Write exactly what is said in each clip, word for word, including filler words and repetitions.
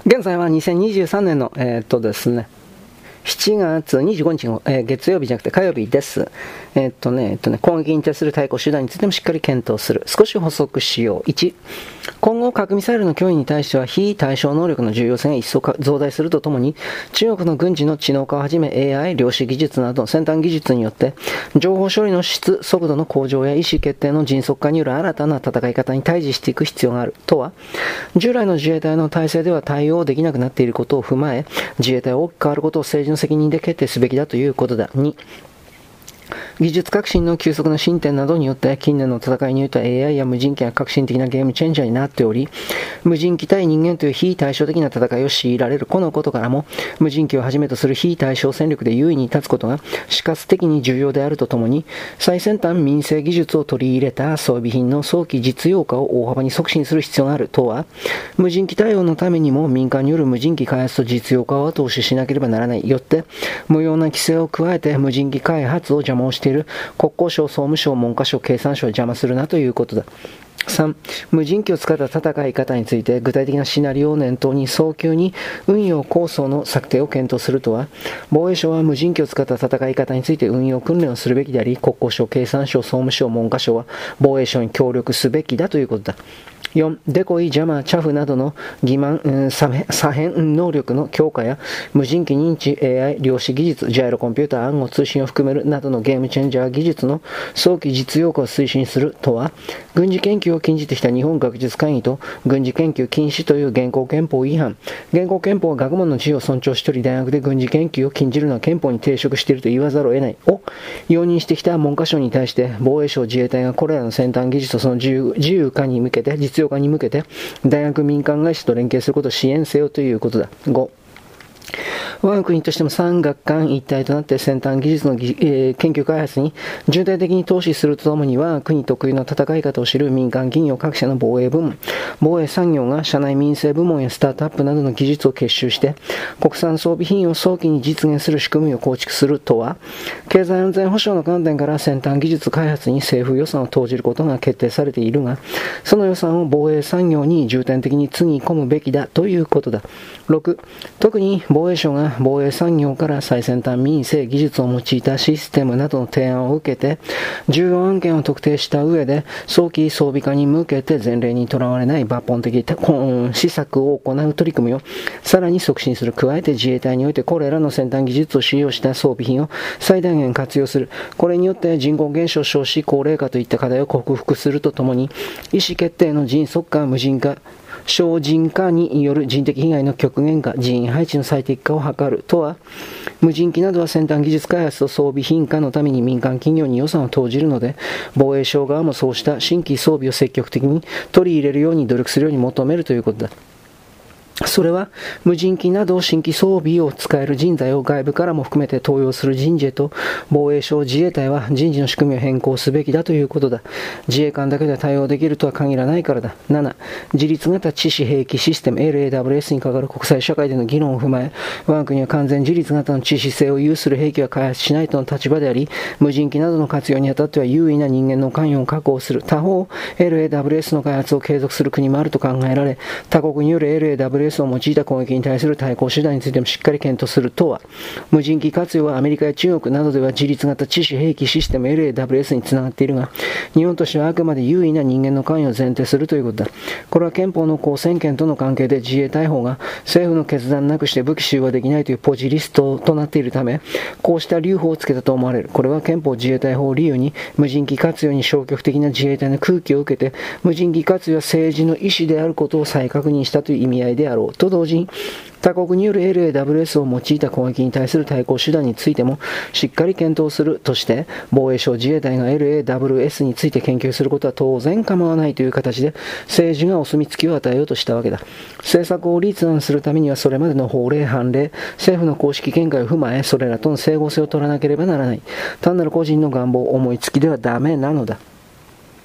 現在はにせんにじゅうさんねんの、えー、っとですね、しちがつにじゅうごにちの、えー、月曜日じゃなくて火曜日です。えー、っとね、えっとね、攻撃に対する対抗手段についてもしっかり検討する。少し補足しよう。いち、今後核ミサイルの脅威に対しては非対称能力の重要性が一層増大するとともに、中国の軍事の知能化をはじめ エーアイ、量子技術など先端技術によって情報処理の質、速度の向上や意思決定の迅速化による新たな戦い方に対峙していく必要があるとは、従来の自衛隊の体制では対応できなくなっていることを踏まえ、自衛隊は大きく変わることを政治の責任で決定すべきだということだ。に、技術革新の急速な進展などによって近年の戦いにおいては エーアイ や無人機が革新的なゲームチェンジャーになっており、無人機対人間という非対称的な戦いを強いられるこのことからも、無人機をはじめとする非対称戦力で優位に立つことが死活的に重要であるとともに、最先端民生技術を取り入れた装備品の早期実用化を大幅に促進する必要があるとは、無人機対応のためにも民間による無人機開発と実用化を後押ししなければならない。よって、無用な規制を加えて無人機開発を邪魔をしている国交省、総務省、文科省、経産省を邪魔するなということだ。さん、無人機を使った戦い方について具体的なシナリオを念頭に早急に運用構想の策定を検討するとは、防衛省は無人機を使った戦い方について運用訓練をするべきであり、国交省、経産省、総務省、文科省は防衛省に協力すべきだということだ。よん、デコイ、ジャマー、チャフなどの欺瞞、うん、左辺能力の強化や無人機認知、エーアイ、量子技術、ジャイロコンピューター、暗号通信を含めるなどのゲームチェンジャー技術の早期実用化を推進するとは、軍事研究を禁じてきた日本学術会議と軍事研究禁止という現行憲法違反、現行憲法は学問の自由を尊重しており、大学で軍事研究を禁じるのは憲法に抵触していると言わざるを得ないを容認してきた文科省に対して、防衛省、自衛隊がこれらの先端技術とその自由、自由化に向けて実用化に向けて大学民間会社と連携することを支援せよということだ。ご、我が国としても産学官一体となって先端技術の、えー、研究開発に重点的に投資するとともに、我が国特有の戦い方を知る民間企業各社の防衛部門、防衛産業が社内民生部門やスタートアップなどの技術を結集して国産装備品を早期に実現する仕組みを構築するとは、経済安全保障の観点から先端技術開発に政府予算を投じることが決定されているが、その予算を防衛産業に重点的につぎ込むべきだということだ。ろく、特に防衛省が防衛産業から最先端民生技術を用いたシステムなどの提案を受けて重要案件を特定した上で早期装備化に向けて前例にとらわれない抜本的施策を行う取り組みをさらに促進する。加えて自衛隊においてこれらの先端技術を使用した装備品を最大限活用する。これによって人口減少、少子高齢化といった課題を克服するとともに、意思決定の迅速化、無人化、省人化による人的被害の極限化、人員配置の最適化を図るとは、無人機などは先端技術開発と装備品化のために民間企業に予算を投じるので、防衛省側もそうした新規装備を積極的に取り入れるように努力するように求めるということだ。それは無人機など新規装備を使える人材を外部からも含めて登用する人事へと、防衛省、自衛隊は人事の仕組みを変更すべきだということだ。自衛官だけで対応できるとは限らないからだ。なな、自立型致死兵器システム エルエーダブリューエス に関わる国際社会での議論を踏まえ、我が国は完全自立型の致死性を有する兵器は開発しないとの立場であり、無人機などの活用にあたっては優位な人間の関与を確保する。他方、エルエーダブリューエス の開発を継続する国もあると考えられ、他国による エルエーダブリューエス を用いた攻撃に対する対抗手段についてもしっかり検討するとは、無人機活用はアメリカや中国などでは自立型致死兵器システム エルエーダブリューエス につながっているが、日本としてはあくまで優位な人間の関与を前提するということだ。これは憲法の公選権との関係で自衛隊法が政府の決断なくして武器使用はできないというポジリストとなっているため、こうした留保をつけたと思われる。これは憲法自衛隊法を理由に無人機活用に消極的な自衛隊の空気を受けて、無人機活用は政治の意思であることを再確認したという意味合いであろう。と同時に、他国による エルエーダブリューエス を用いた攻撃に対する対抗手段についてもしっかり検討するとして、防衛省、自衛隊が エルエーダブリューエス について研究することは当然構わないという形で政治がお墨付きを与えようとしたわけだ。政策を立案するためにはそれまでの法令、判例、政府の公式見解を踏まえ、それらとの整合性を取らなければならない。単なる個人の願望、思いつきではダメなのだ。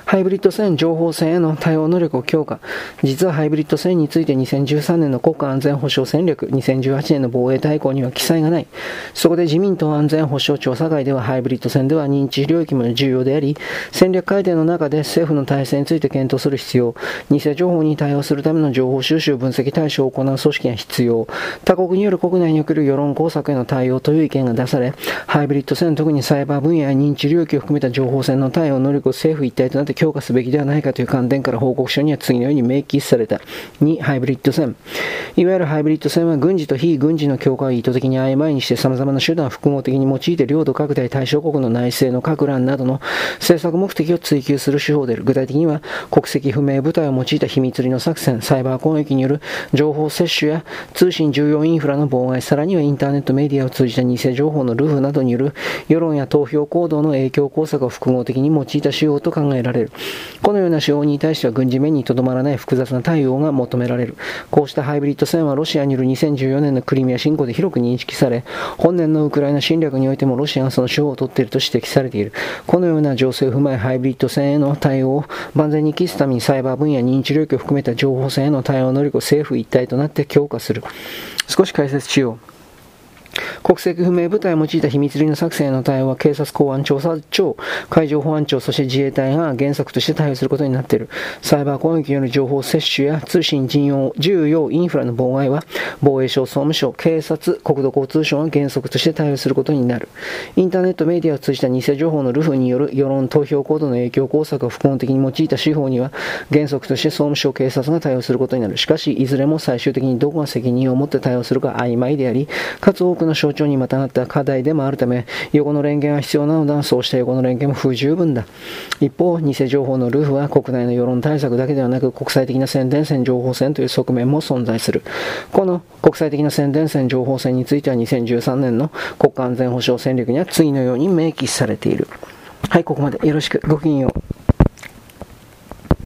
ハイブリッド戦、情報戦への対応能力を強化。実はハイブリッド戦についてにせんじゅうさんねんの国家安全保障戦略、にせんじゅうはちねんの防衛大綱には記載がない。そこで自民党安全保障調査会ではハイブリッド戦では認知領域も重要であり、戦略改定の中で政府の体制について検討する必要、偽情報に対応するための情報収集分析対象を行う組織が必要、他国による国内における世論工作への対応という意見が出され、ハイブリッド戦、特にサイバー分野や認知領域を含めた情報戦の対応能力を政府一体となって強化すべきではないかという観点から報告書には次のように明記された。に、ハイブリッド戦。いわゆるハイブリッド戦は軍事と非軍事の境界を意図的に曖昧にして様々な手段を複合的に用いて領土拡大対象国の内政の各欄などの政策目的を追求する手法である。具体的には国籍不明部隊を用いた秘密裏の作戦、サイバー攻撃による情報摂取や通信重要インフラの妨害、さらにはインターネットメディアを通じた偽情報のルフなどによる世論や投票行動の影響工作を複合的に用いた手法と考えられる。このような手法に対しては軍事面にとどまらない複雑な対応が求められる。こうしたハイブリッド戦はロシアによるにせんじゅうよねんのクリミア侵攻で広く認識され、本年のウクライナ侵略においてもロシアがその手法を取っていると指摘されている。このような情勢を踏まえハイブリッド戦への対応を万全に期すためにサイバー分野認知領域を含めた情報戦への対応能力を政府一体となって強化する。少し解説しよう。国籍不明部隊を用いた秘密裏の作戦への対応は警察公安調査庁、海上保安庁、そして自衛隊が原則として対応することになっている。サイバー攻撃による情報摂取や通信重要、重要インフラの妨害は防衛省、総務省、警察、国土交通省が原則として対応することになる。インターネットメディアを通じた偽情報のルフによる世論投票行動の影響工作を複合的に用いた手法には原則として総務省、警察が対応することになる。しかしいずれも最終的にどこが責任を持って対応するか曖昧であり、かつ多くの省庁にまたがった課題でもあるため、横の連携が必要なのだ。そうした横の連携も不十分だ。一方、偽情報のルフは国内の世論対策だけではなく、国際的な宣伝戦、情報戦という側面も存在する。この国際的な宣伝戦、情報戦についてはにせんじゅうさんねんの国家安全保障戦略には次のように明記されている。はい、ここまでよろしく。ごきげんよう。